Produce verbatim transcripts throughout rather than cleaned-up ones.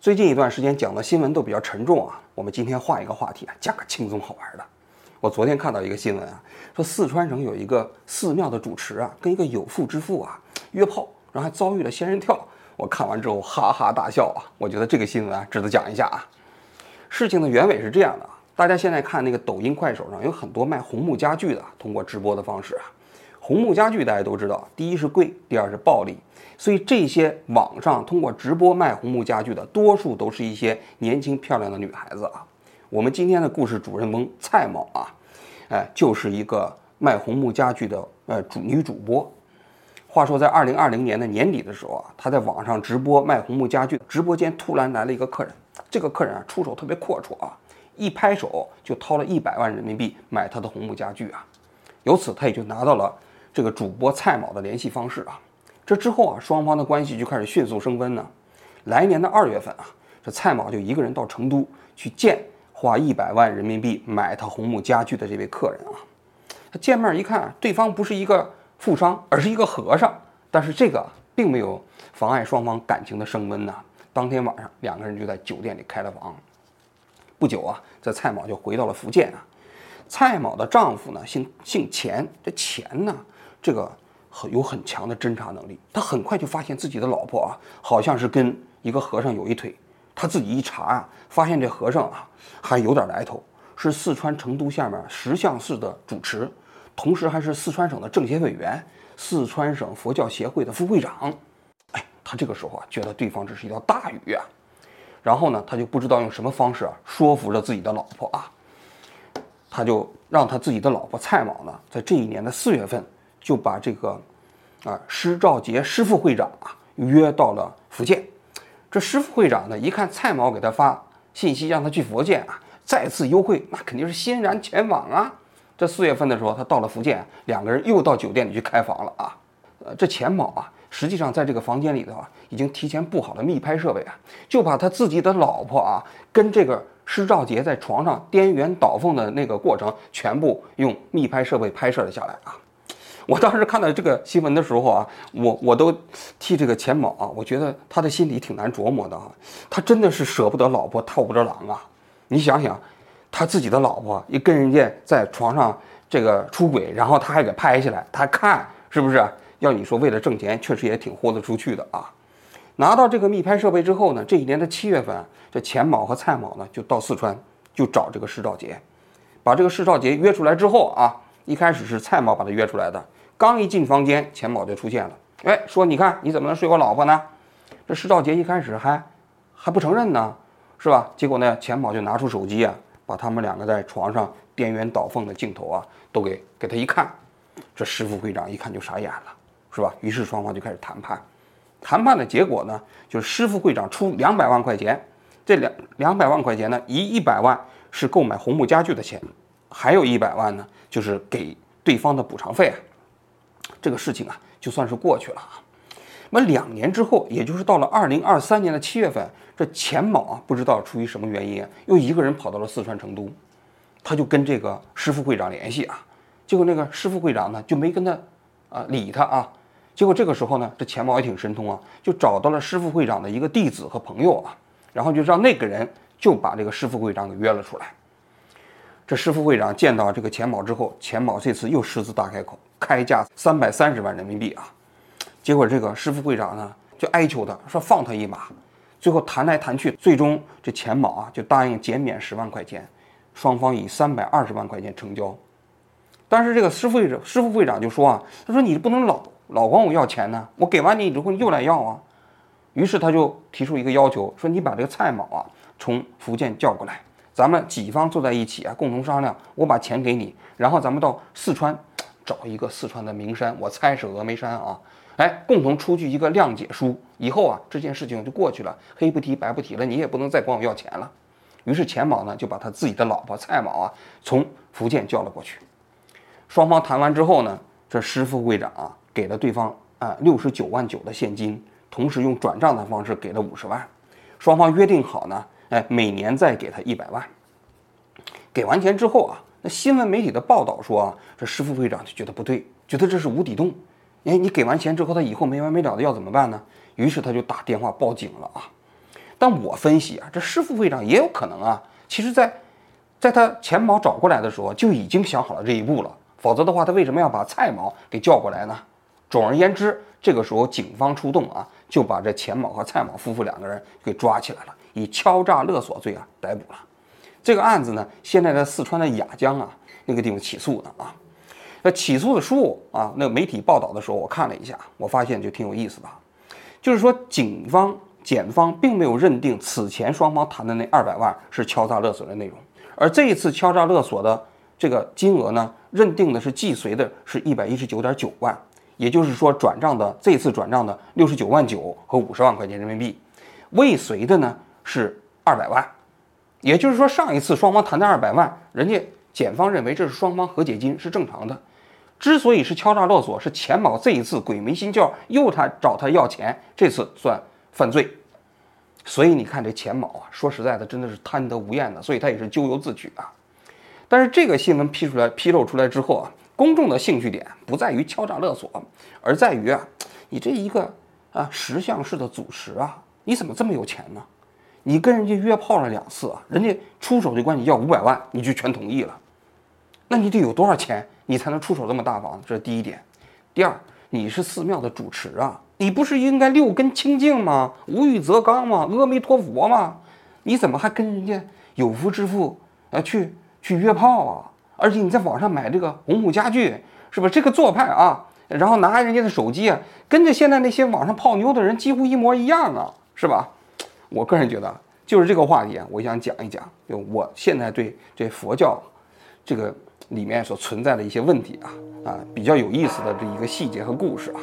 最近一段时间讲的新闻都比较沉重啊，我们今天换一个话题啊，讲个轻松好玩的。我昨天看到一个新闻啊，说四川省有一个寺庙的主持啊，跟一个有妇之夫啊约炮，然后还遭遇了仙人跳。我看完之后哈哈大笑啊，我觉得这个新闻啊值得讲一下啊。事情的原委是这样的啊，大家现在看那个抖音、快手上有很多卖红木家具的，通过直播的方式啊，红木家具大家都知道，第一是贵，第二是暴利。所以这些网上通过直播卖红木家具的，多数都是一些年轻漂亮的女孩子啊。我们今天的故事主人翁蔡某啊，哎，就是一个卖红木家具的呃主女主播。话说在二零二零年的年底的时候啊，她在网上直播卖红木家具，直播间突然来了一个客人，这个客人啊出手特别阔绰啊，一拍手就掏了一百万人民币买她的红木家具啊。由此他也就拿到了这个主播蔡某的联系方式啊。这之后啊，双方的关系就开始迅速升温呢。来年的二月份啊，这蔡某就一个人到成都去见花一百万人民币买他红木家具的这位客人啊。他见面一看，对方不是一个富商，而是一个和尚。但是这个并没有妨碍双方感情的升温呢。当天晚上，两个人就在酒店里开了房。不久啊，这蔡某就回到了福建啊。蔡某的丈夫呢，姓姓钱，这钱呢，这个。有很强的侦查能力，他很快就发现自己的老婆啊，好像是跟一个和尚有一腿。他自己一查啊，发现这和尚啊还有点来头，是四川成都下面石像寺的主持，同时还是四川省的政协委员，四川省佛教协会的副会长。哎，他这个时候啊，觉得对方这是一条大鱼啊。然后呢，他就不知道用什么方式啊说服着自己的老婆啊，他就让他自己的老婆蔡某呢，在这一年的四月份。就把这个啊施兆杰施副会长啊约到了福建。这施副会长呢，一看蔡某给他发信息让他去福建啊，再次优惠，那肯定是欣然前往啊。这四月份的时候，他到了福建，两个人又到酒店里去开房了啊。呃，这钱某啊，实际上在这个房间里头啊，已经提前布好了密拍设备啊，就把他自己的老婆啊跟这个施兆杰在床上颠圆倒凤的那个过程，全部用密拍设备拍摄了下来啊。我当时看到这个新闻的时候啊，我我都替这个钱某啊，我觉得他的心里挺难琢磨的啊。他真的是舍不得老婆套不着狼啊。你想想，他自己的老婆一跟人家在床上这个出轨，然后他还给拍下来，他看是不是？要你说为了挣钱，确实也挺豁得出去的啊。拿到这个密拍设备之后呢，这一年的七月份，这钱某和蔡某呢就到四川就找这个施兆杰，把这个施兆杰约出来之后啊，一开始是蔡某把他约出来的。刚一进房间，钱某就出现了。哎，说你看你怎么能睡我老婆呢？这施兆杰一开始还还不承认呢，是吧？结果呢，钱某就拿出手机啊，把他们两个在床上颠圆倒凤的镜头啊，都给给他一看。这施副会长一看就傻眼了，是吧？于是双方就开始谈判。谈判的结果呢，就是施副会长出两百万块钱，这两两百万块钱呢，一一百万是购买红木家具的钱，还有一百万呢，就是给对方的补偿费啊。这个事情啊，就算是过去了啊。那么两年之后，也就是到了二零二三年的七月份，这钱某啊，不知道出于什么原因啊，又一个人跑到了四川成都，他就跟这个施副会长联系啊。结果那个施副会长呢，就没跟他啊理他啊。结果这个时候呢，这钱某也挺神通啊，就找到了施副会长的一个弟子和朋友啊，然后就让那个人就把这个施副会长给约了出来。这施副会长见到这个钱某之后，钱某这次又狮子大开口，开价三百三十万人民币啊！结果这个施副会长呢就哀求他说放他一马，最后谈来谈去，最终这钱某啊就答应减免十万块钱，双方以三百二十万块钱成交。但是这个施副会长施副会长就说啊，他说你不能老老管我要钱呢，我给完你之后你又来要啊。于是他就提出一个要求，说你把这个蔡某啊从福建叫过来。咱们几方坐在一起啊，共同商量。我把钱给你，然后咱们到四川找一个四川的名山，我猜是峨眉山啊。哎，共同出具一个谅解书，以后啊这件事情就过去了，黑不提白不提了，你也不能再管我要钱了。于是钱某呢就把他自己的老婆蔡某啊从福建叫了过去。双方谈完之后呢，这施副会长啊给了对方啊六十九万九的现金，同时用转账的方式给了五十万。双方约定好呢。哎，每年再给他一百万。给完钱之后啊，那新闻媒体的报道说啊，这施副会长就觉得不对，觉得这是无底洞。哎，你给完钱之后，他以后没完没了的要怎么办呢？于是他就打电话报警了啊。 但我分析啊，这施副会长也有可能啊，其实在在他钱毛找过来的时候就已经想好了这一步了，否则的话他为什么要把蔡某给叫过来呢？总而言之，这个时候警方出动啊，就把这钱某和蔡某夫妇两个人给抓起来了，以敲诈勒索罪啊逮捕了。这个案子呢，现在在四川的雅江啊那个地方起诉的啊。那起诉的书啊，那个媒体报道的时候我看了一下，我发现就挺有意思的，就是说警方检方并没有认定此前双方谈的那二百万是敲诈勒索的内容，而这一次敲诈勒索的这个金额呢，认定的是既遂的是一百一十九点九万，也就是说转账的这次转账的六十九万九和五十万块钱人民币，未遂的呢是二百万，也就是说上一次双方谈的二百万，人家检方认为这是双方和解金是正常的。之所以是敲诈勒索，是钱某这一次鬼迷心窍又他找他要钱，这次算犯罪。所以你看这钱某啊，说实在的真的是贪得无厌的，所以他也是咎由自取啊。但是这个新闻批出来披露出来之后啊，公众的兴趣点不在于敲诈勒索，而在于啊，你这一个啊十项式的主持啊，你怎么这么有钱呢？你跟人家约炮了两次啊，人家出手就管你要五百万，你就全同意了，那你得有多少钱你才能出手这么大方？这是第一点。第二，你是寺庙的主持啊，你不是应该六根清净吗？无欲则刚吗？阿弥陀佛吗？你怎么还跟人家有夫之妇啊去去约炮啊？而且你在网上买这个红木家具，是吧？这个做派啊，然后拿人家的手机啊，跟着现在那些网上泡妞的人几乎一模一样啊，是吧？我个人觉得，就是这个话题啊，我想讲一讲，就我现在对这佛教这个里面所存在的一些问题啊啊比较有意思的这一个细节和故事啊。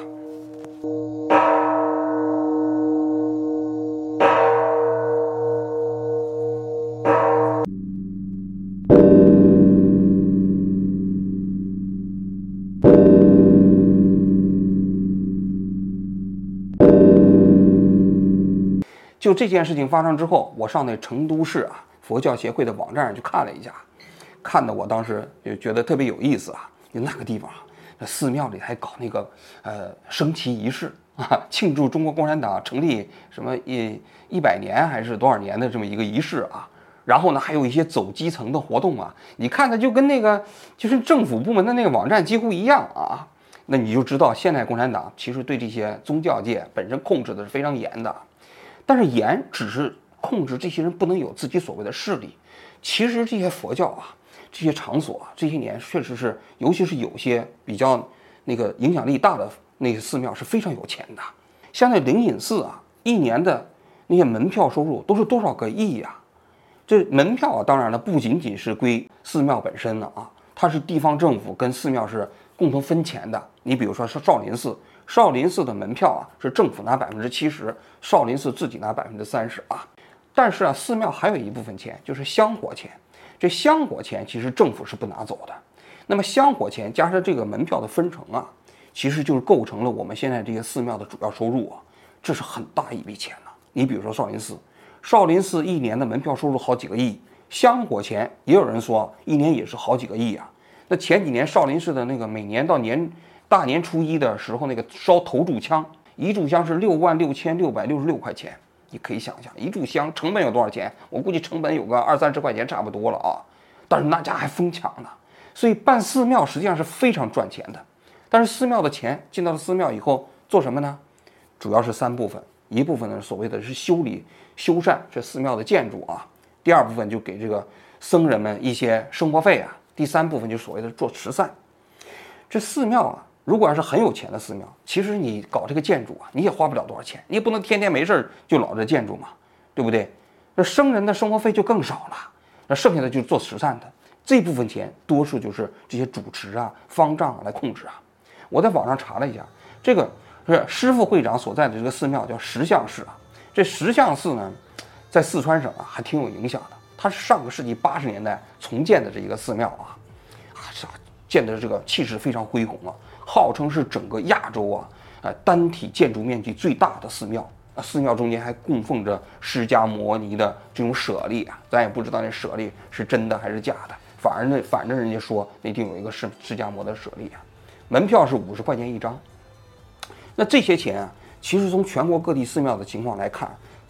就这件事情发生之后，我上那成都市啊佛教协会的网站上去看了一下，看的我当时就觉得特别有意思啊。就那个地方啊，那寺庙里还搞那个呃升旗仪式啊，庆祝中国共产党成立什么一一百年还是多少年的这么一个仪式啊。然后呢，还有一些走基层的活动啊，你看的就跟那个就是政府部门的那个网站几乎一样啊。那你就知道现在共产党其实对这些宗教界本身控制的是非常严的。但是严只是控制这些人不能有自己所谓的势力，其实这些佛教啊，这些场所啊，这些年确实是，尤其是有些比较那个影响力大的那些寺庙是非常有钱的。像那灵隐寺啊，一年的那些门票收入都是多少个亿呀、啊？这门票啊，当然了，不仅仅是归寺庙本身的啊，它是地方政府跟寺庙是共同分钱的。你比如说是少林寺。少林寺的门票啊是政府拿百分之七十，少林寺自己拿百分之三十啊。但是啊，寺庙还有一部分钱就是香火钱，这香火钱其实政府是不拿走的。那么香火钱加上这个门票的分成啊，其实就是构成了我们现在这些寺庙的主要收入啊，这是很大一笔钱呢、啊。你比如说少林寺，少林寺一年的门票收入好几个亿，香火钱也有人说一年也是好几个亿啊。那前几年少林寺的那个每年到年大年初一的时候，那个烧头炷香，一炷香是六万六千六百六十六块钱。你可以想想，一炷香成本有多少钱？我估计成本有个二三十块钱差不多了啊。但是那家还疯抢呢，所以办寺庙实际上是非常赚钱的。但是寺庙的钱进到了寺庙以后做什么呢？主要是三部分，一部分呢所谓的是修理修缮这寺庙的建筑啊，第二部分就给这个僧人们一些生活费啊，第三部分就所谓的做慈善。这寺庙啊，如果要是很有钱的寺庙，其实你搞这个建筑啊，你也花不了多少钱，你也不能天天没事就老这建筑嘛，对不对？那僧人的生活费就更少了，那剩下的就是做慈善的，这部分钱多数就是这些主持啊、方丈啊来控制啊。我在网上查了一下，这个是师父会长所在的这个寺庙叫石像寺啊。这石像寺呢，在四川省啊还挺有影响的，它是上个世纪八十年代重建的这一个寺庙啊，啊是建的这个气势非常恢宏啊。号称是整个亚洲啊，呃，单体建筑面积最大的寺庙啊。寺庙中间还供奉着释迦摩尼的这种舍利啊，咱也不知道那舍利是真的还是假的，反正那反正人家说那定有一个释释迦摩的舍利啊。门票是五十块钱一张。那这些钱啊，其实从全国各地寺庙的情况来看，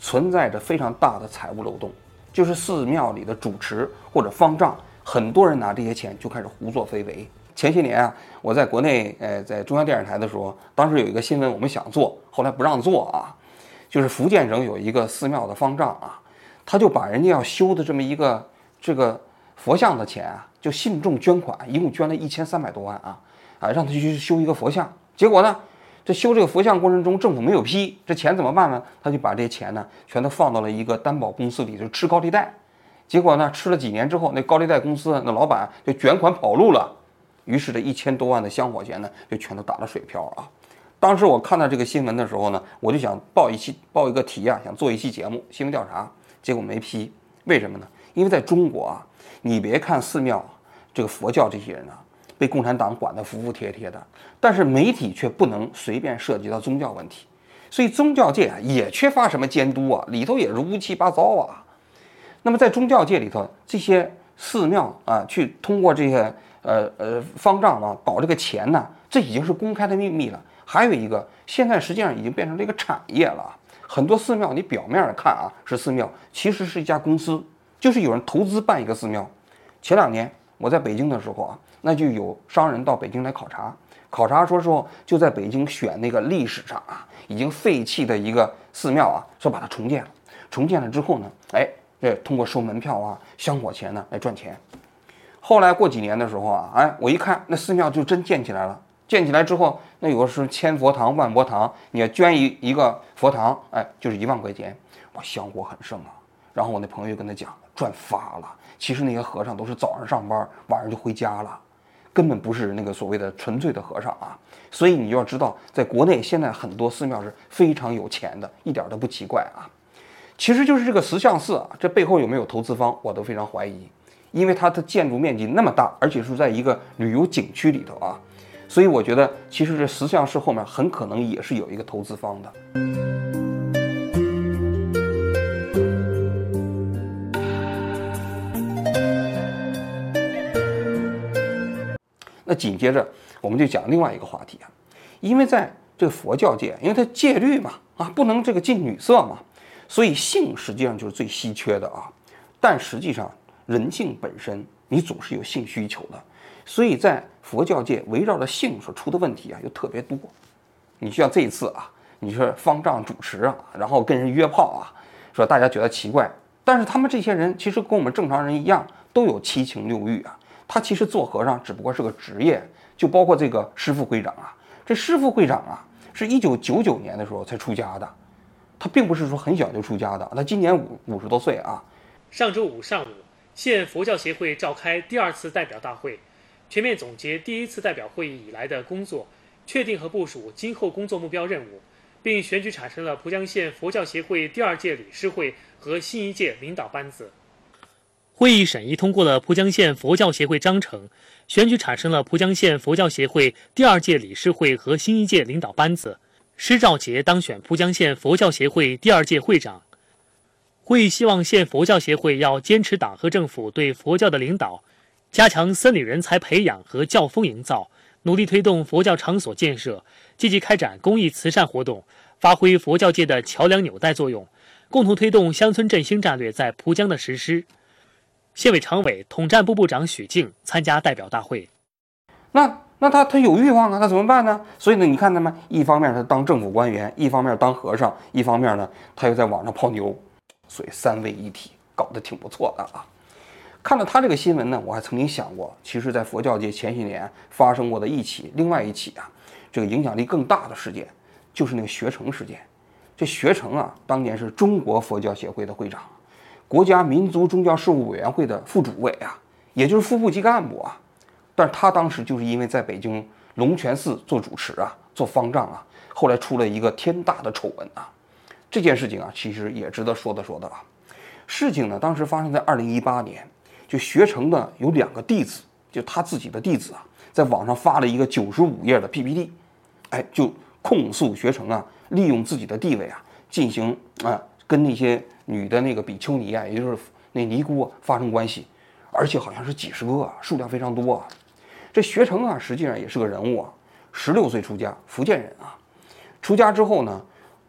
存在着非常大的财务漏洞，就是寺庙里的主持或者方丈，很多人拿这些钱就开始胡作非为。前些年啊，我在国内，呃，在中央电视台的时候，当时有一个新闻，我们想做，后来不让做啊，就是福建省有一个寺庙的方丈啊，他就把人家要修的这么一个这个佛像的钱啊，就信众捐款，一共捐了一千三百多万啊，啊，让他去修一个佛像，结果呢？这修这个佛像过程中，政府没有批，这钱怎么办呢？他就把这些钱呢，全都放到了一个担保公司里，就吃高利贷。结果呢，吃了几年之后，那高利贷公司那老板就卷款跑路了。于是这一千多万的香火钱呢，就全都打了水漂啊！当时我看到这个新闻的时候呢，我就想报一期报一个题啊，想做一期节目新闻调查，结果没批。为什么呢？因为在中国啊，你别看寺庙这个佛教这些人啊，被共产党管得服服帖帖的，但是媒体却不能随便涉及到宗教问题，所以宗教界啊也缺乏什么监督啊，里头也是乌七八糟啊。那么在宗教界里头，这些寺庙啊，去通过这些呃呃方丈啊搞这个钱呢，这已经是公开的秘密了。还有一个，现在实际上已经变成这个产业了。很多寺庙你表面上看啊是寺庙，其实是一家公司，就是有人投资办一个寺庙。前两年我在北京的时候啊，那就有商人到北京来考察，考察说说就在北京选那个历史上啊已经废弃的一个寺庙啊，说把它重建了。重建了之后呢，哎，这通过收门票啊、香火钱呢来赚钱。后来过几年的时候啊，哎，我一看那寺庙就真建起来了。建起来之后，那有的是千佛堂、万佛堂，你要捐一一个佛堂，哎，就是一万块钱，哇，香火很盛啊。然后我那朋友就跟他讲，赚发了。其实那些和尚都是早上上班，晚上就回家了，根本不是那个所谓的纯粹的和尚啊。所以你就要知道，在国内现在很多寺庙是非常有钱的，一点都不奇怪啊。其实就是这个慈像寺啊，这背后有没有投资方，我都非常怀疑，因为它的建筑面积那么大，而且是在一个旅游景区里头啊。所以我觉得，其实这慈像寺后面很可能也是有一个投资方的。那紧接着我们就讲另外一个话题啊，因为在这个佛教界，因为它戒律嘛，啊，不能这个近女色嘛，所以性实际上就是最稀缺的啊。但实际上，人性本身你总是有性需求的。所以在佛教界围绕着性所出的问题啊，又特别多。你像这一次啊，你说方丈主持啊，然后跟人约炮啊，说大家觉得奇怪，但是他们这些人其实跟我们正常人一样，都有七情六欲啊。他其实做和尚只不过是个职业，就包括这个师父会长啊，这师父会长啊，是一九九九年的时候才出家的，他并不是说很小就出家的，他今年五五十多岁啊。 上周五上午，县佛教协会召开第二次代表大会。全面总结第一次代表会议以来的工作，确定和部署今后工作目标任务，并选举产生了蒲江县佛教协会第二届理事会和新一届领导班子。会议审议通过了蒲江县佛教协会章程，选举产生了蒲江县佛教协会第二届理事会和新一届领导班子。施兆杰当选蒲江县佛教协会第二届会长。会议希望县佛教协会要坚持党和政府对佛教的领导，加强僧侣人才培养和教风营造，努力推动佛教场所建设，积极开展公益慈善活动，发挥佛教界的桥梁纽带作用，共同推动乡村振兴战略在蒲江的实施。县委常委、统战部部长许静参加代表大会。 那那他他有欲望啊，他怎么办呢？所以呢，你看他们一方面他当政府官员，一方面当和尚，一方面呢他又在网上泡妞，所以三位一体搞得挺不错的啊。看到他这个新闻呢，我还曾经想过，其实，在佛教界前些年发生过的一起，另外一起啊，这个影响力更大的事件，就是那个学成事件。这学成啊，当年是中国佛教协会的会长，国家民族宗教事务委员会的副主委啊，也就是副部级干部啊。但是他当时就是因为在北京龙泉寺做主持啊，做方丈啊，后来出了一个天大的丑闻啊。这件事情啊，其实也值得说的说的啊。事情呢，当时发生在二零一八年。就学成的有两个弟子，就他自己的弟子啊，在网上发了一个九十五页的 P P T， 哎，就控诉学成啊，利用自己的地位啊，进行啊跟那些女的那个比丘尼啊，也就是那尼姑、啊、发生关系，而且好像是几十个、啊，数量非常多啊。这学成啊，实际上也是个人物啊，十六岁出家，福建人啊。出家之后呢，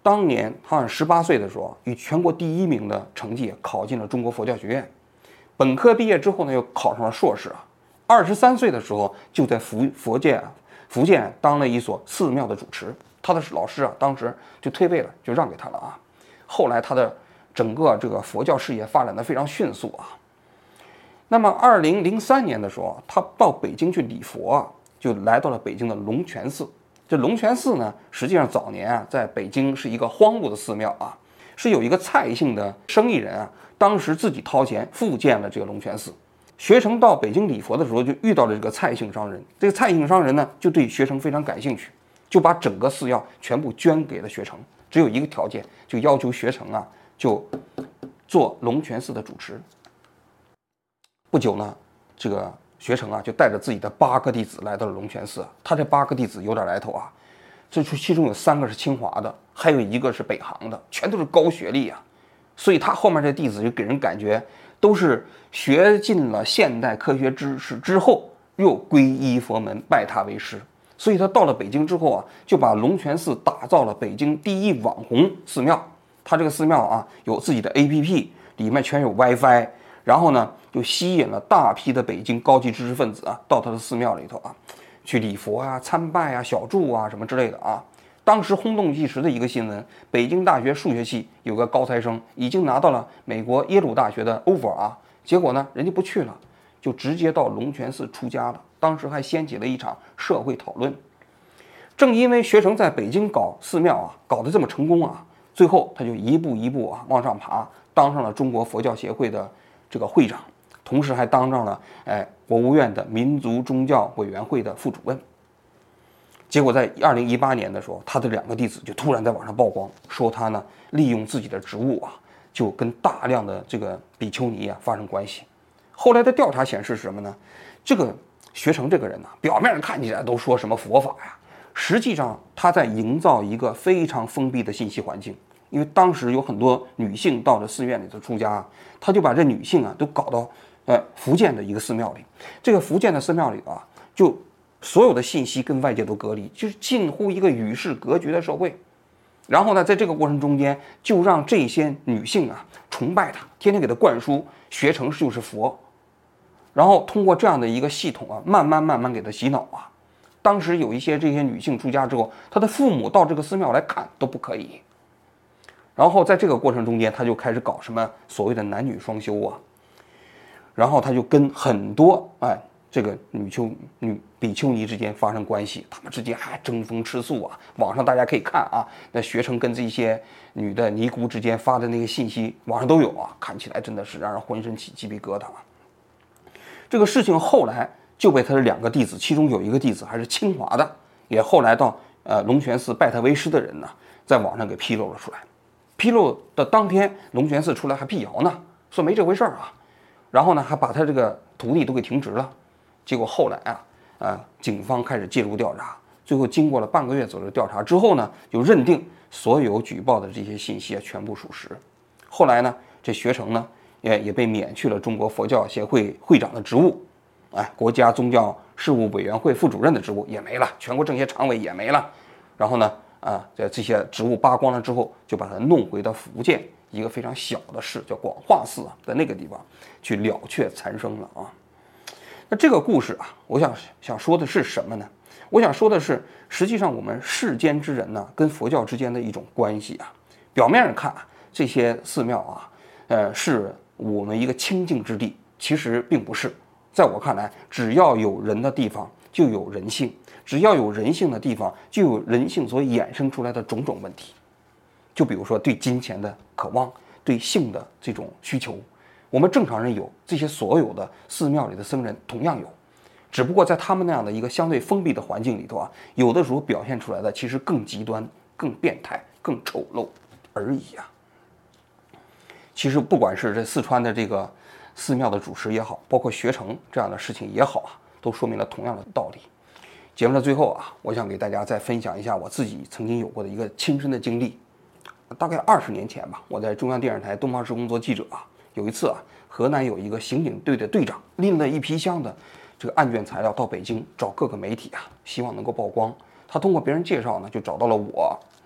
当年他好像十八岁的时候，以全国第一名的成绩考进了中国佛教学院。本科毕业之后呢，又考上了硕士啊。二十三岁的时候，就在福佛建福建当了一所寺庙的主持。他的老师啊，当时就退位了，就让给他了啊。后来他的整个这个佛教事业发展的非常迅速啊。那么二零零三年的时候，他到北京去礼佛啊，就来到了北京的龙泉寺。这龙泉寺呢，实际上早年啊，在北京是一个荒芜的寺庙啊，是有一个蔡姓的生意人啊，当时自己掏钱复建了这个龙泉寺。学成到北京礼佛的时候，就遇到了这个蔡姓商人。这个蔡姓商人呢，就对学成非常感兴趣，就把整个寺庙全部捐给了学成，只有一个条件，就要求学成啊，就做龙泉寺的主持。不久呢，这个学成啊，就带着自己的八个弟子来到了龙泉寺。他这八个弟子有点来头啊，这其中有三个是清华的，还有一个是北航的，全都是高学历啊。所以他后面这弟子就给人感觉都是学尽了现代科学知识之后，又皈依佛门，拜他为师。所以他到了北京之后啊，就把龙泉寺打造了北京第一网红寺庙。他这个寺庙啊，有自己的 A P P， 里面全有 WiFi。然后呢，就吸引了大批的北京高级知识分子啊，到他的寺庙里头啊，去礼佛啊、参拜啊、小住啊什么之类的啊。当时轰动一时的一个新闻，北京大学数学系有个高材生已经拿到了美国耶鲁大学的 offer 啊，结果呢，人家不去了，就直接到龙泉寺出家了。当时还掀起了一场社会讨论。正因为学成在北京搞寺庙啊，搞得这么成功啊，最后他就一步一步啊往上爬，当上了中国佛教协会的这个会长，同时还当上了哎国务院的民族宗教委员会的副主任。结果在二零一八年的时候，他的两个弟子就突然在网上曝光，说他呢利用自己的职务啊，就跟大量的这个比丘尼啊发生关系。后来的调查显示是什么呢？这个学成这个人呢、啊，表面上看起来都说什么佛法呀，实际上他在营造一个非常封闭的信息环境。因为当时有很多女性到了寺院里头出家，他就把这女性啊都搞到呃福建的一个寺庙里。这个福建的寺庙里啊，就所有的信息跟外界都隔离，就是近乎一个与世隔绝的社会。然后呢，在这个过程中间，就让这些女性啊崇拜他，天天给他灌输学成就是佛，然后通过这样的一个系统啊，慢慢慢慢给他洗脑啊。当时有一些这些女性出家之后，她的父母到这个寺庙来看都不可以。然后在这个过程中间，他就开始搞什么所谓的男女双修啊，然后他就跟很多哎这个女丘女比丘尼之间发生关系，他们之间还争风吃醋啊。网上大家可以看啊，那学成跟这些女的尼姑之间发的那个信息，网上都有啊，看起来真的是让人浑身起鸡皮疙瘩啊。这个事情后来就被他的两个弟子，其中有一个弟子还是清华的，也后来到呃龙泉寺拜他为师的人呢，在网上给披露了出来。披露的当天，龙泉寺出来还辟谣呢，说没这回事啊。然后呢，还把他这个徒弟都给停职了。结果后来啊，呃，警方开始介入调查，最后经过了半个月左右的调查之后呢，就认定所有举报的这些信息啊全部属实。后来呢，这学成呢也也被免去了中国佛教协会会长的职务，哎，国家宗教事务委员会副主任的职务也没了，全国政协常委也没了。然后呢？啊，在这些职务扒光了之后，就把他弄回到福建一个非常小的市，叫广化寺啊，在那个地方去了却残生了啊。那这个故事啊，我想想说的是什么呢？我想说的是，实际上我们世间之人呢，跟佛教之间的一种关系啊。表面上看啊，这些寺庙啊，呃，是我们一个清净之地，其实并不是。在我看来，只要有人的地方，就有人性。只要有人性的地方，就有人性所衍生出来的种种问题。就比如说对金钱的渴望，对性的这种需求，我们正常人有，这些所有的寺庙里的僧人同样有，只不过在他们那样的一个相对封闭的环境里头啊，有的时候表现出来的其实更极端、更变态、更丑陋而已啊。其实不管是这四川的这个寺庙的主持也好，包括学成这样的事情也好啊，都说明了同样的道理。节目的最后啊，我想给大家再分享一下我自己曾经有过的一个亲身的经历。大概二十年前吧，我在中央电视台东方时工作记者啊，有一次啊，河南有一个刑警队的队长拎了一批箱的这个案卷材料到北京找各个媒体啊，希望能够曝光。他通过别人介绍呢，就找到了我。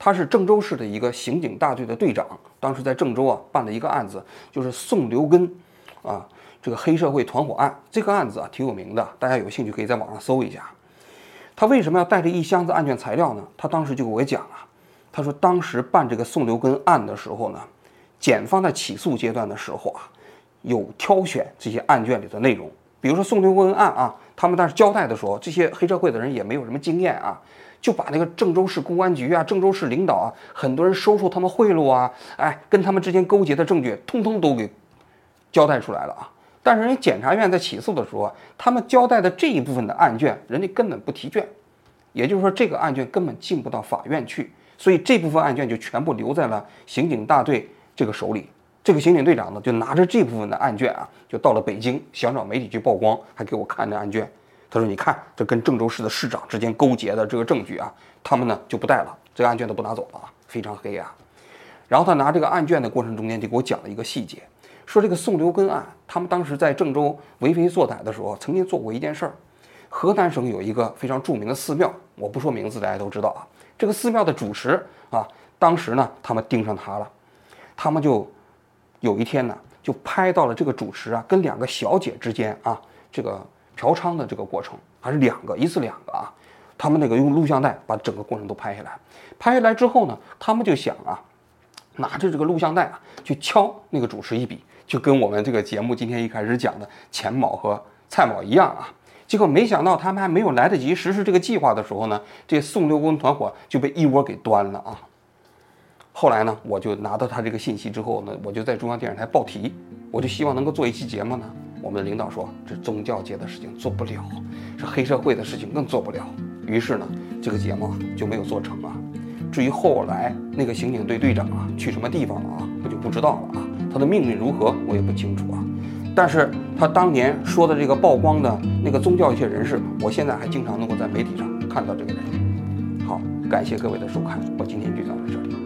他是郑州市的一个刑警大队的队长，当时在郑州啊办的一个案子，就是宋留根啊这个黑社会团伙案。这个案子啊挺有名的，大家有兴趣可以在网上搜一下。他为什么要带着一箱子案卷材料呢？他当时就给我讲啊，他说当时办这个宋留根案的时候呢，检方在起诉阶段的时候啊，有挑选这些案卷里的内容。比如说宋留根案啊，他们当时交代的时候，这些黑社会的人也没有什么经验啊，就把那个郑州市公安局啊、郑州市领导啊，很多人收受他们贿赂啊，哎，跟他们之间勾结的证据，通通都给交代出来了啊。但是人家检察院在起诉的时候，他们交代的这一部分的案卷，人家根本不提卷，也就是说这个案卷根本进不到法院去，所以这部分案卷就全部留在了刑警大队这个手里。这个刑警队长呢，就拿着这部分的案卷啊，就到了北京，想找媒体去曝光，还给我看这案卷。他说：“你看，这跟郑州市的市长之间勾结的这个证据啊，他们呢就不带了，这个案卷都不拿走了，非常黑啊。”然后他拿这个案卷的过程中间，就给我讲了一个细节，说这个宋留根案，他们当时在郑州为非作歹的时候，曾经做过一件事儿。河南省有一个非常著名的寺庙，我不说名字，大家都知道啊。这个寺庙的主持啊，当时呢，他们盯上他了，他们就有一天呢，就拍到了这个主持啊跟两个小姐之间啊这个嫖娼的这个过程，还是两个，一次两个啊。他们那个用录像带把整个过程都拍下来，拍下来之后呢，他们就想啊，拿着这个录像带啊去敲那个主持一笔，就跟我们这个节目今天一开始讲的钱某和蔡某一样啊。结果没想到他们还没有来得及实施这个计划的时候呢，这宋留根团伙就被一窝给端了啊。后来呢，我就拿到他这个信息之后呢，我就在中央电视台报题，我就希望能够做一期节目呢。我们的领导说，这宗教界的事情做不了，这黑社会的事情更做不了。于是呢，这个节目啊就没有做成啊。至于后来那个刑警队队长啊去什么地方了啊，我就不知道了啊。他的命运如何，我也不清楚啊。但是他当年说的这个曝光的那个宗教一些人士，我现在还经常能够在媒体上看到这个人。好，感谢各位的收看，我今天就讲到这里。